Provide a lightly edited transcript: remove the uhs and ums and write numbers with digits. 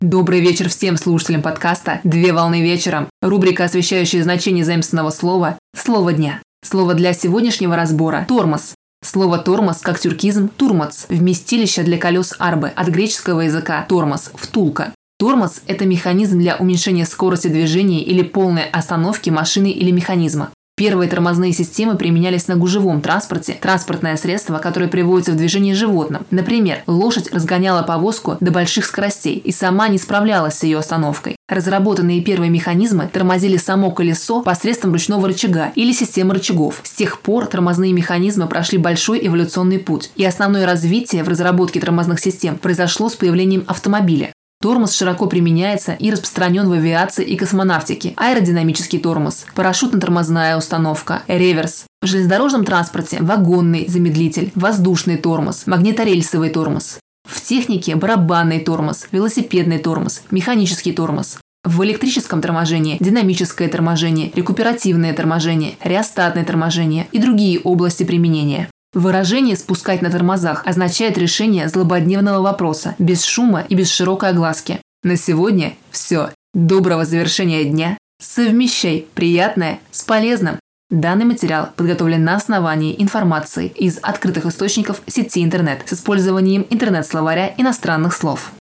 Добрый вечер всем слушателям подкаста «Две волны вечером». Рубрика, освещающая значение заимственного слова «Слово дня». Слово для сегодняшнего разбора – «тормоз». Слово «тормоз» как тюркизм «турмоз» – вместилище для колес арбы, от греческого языка «тормоз» – «втулка». Тормоз – это механизм для уменьшения скорости движения или полной остановки машины или механизма. Первые тормозные системы применялись на гужевом транспорте, транспортное средство, которое приводится в движение животным. Например, лошадь разгоняла повозку до больших скоростей и сама не справлялась с ее остановкой. Разработанные первые механизмы тормозили само колесо посредством ручного рычага или системы рычагов. С тех пор тормозные механизмы прошли большой эволюционный путь, и основное развитие в разработке тормозных систем произошло с появлением автомобиля. Тормоз широко применяется и распространен в авиации и космонавтике. Аэродинамический тормоз, парашютно-тормозная установка, реверс. В железнодорожном транспорте вагонный замедлитель, воздушный тормоз, магниторельсовый тормоз. В технике барабанный тормоз, велосипедный тормоз, механический тормоз. В электрическом торможении динамическое торможение, рекуперативное торможение, реостатное торможение и другие области применения. Выражение «спускать на тормозах» означает решение злободневного вопроса, без шума и без широкой огласки. На сегодня все. Доброго завершения дня. Совмещай приятное с полезным. Данный материал подготовлен на основании информации из открытых источников сети интернет с использованием интернет-словаря иностранных слов.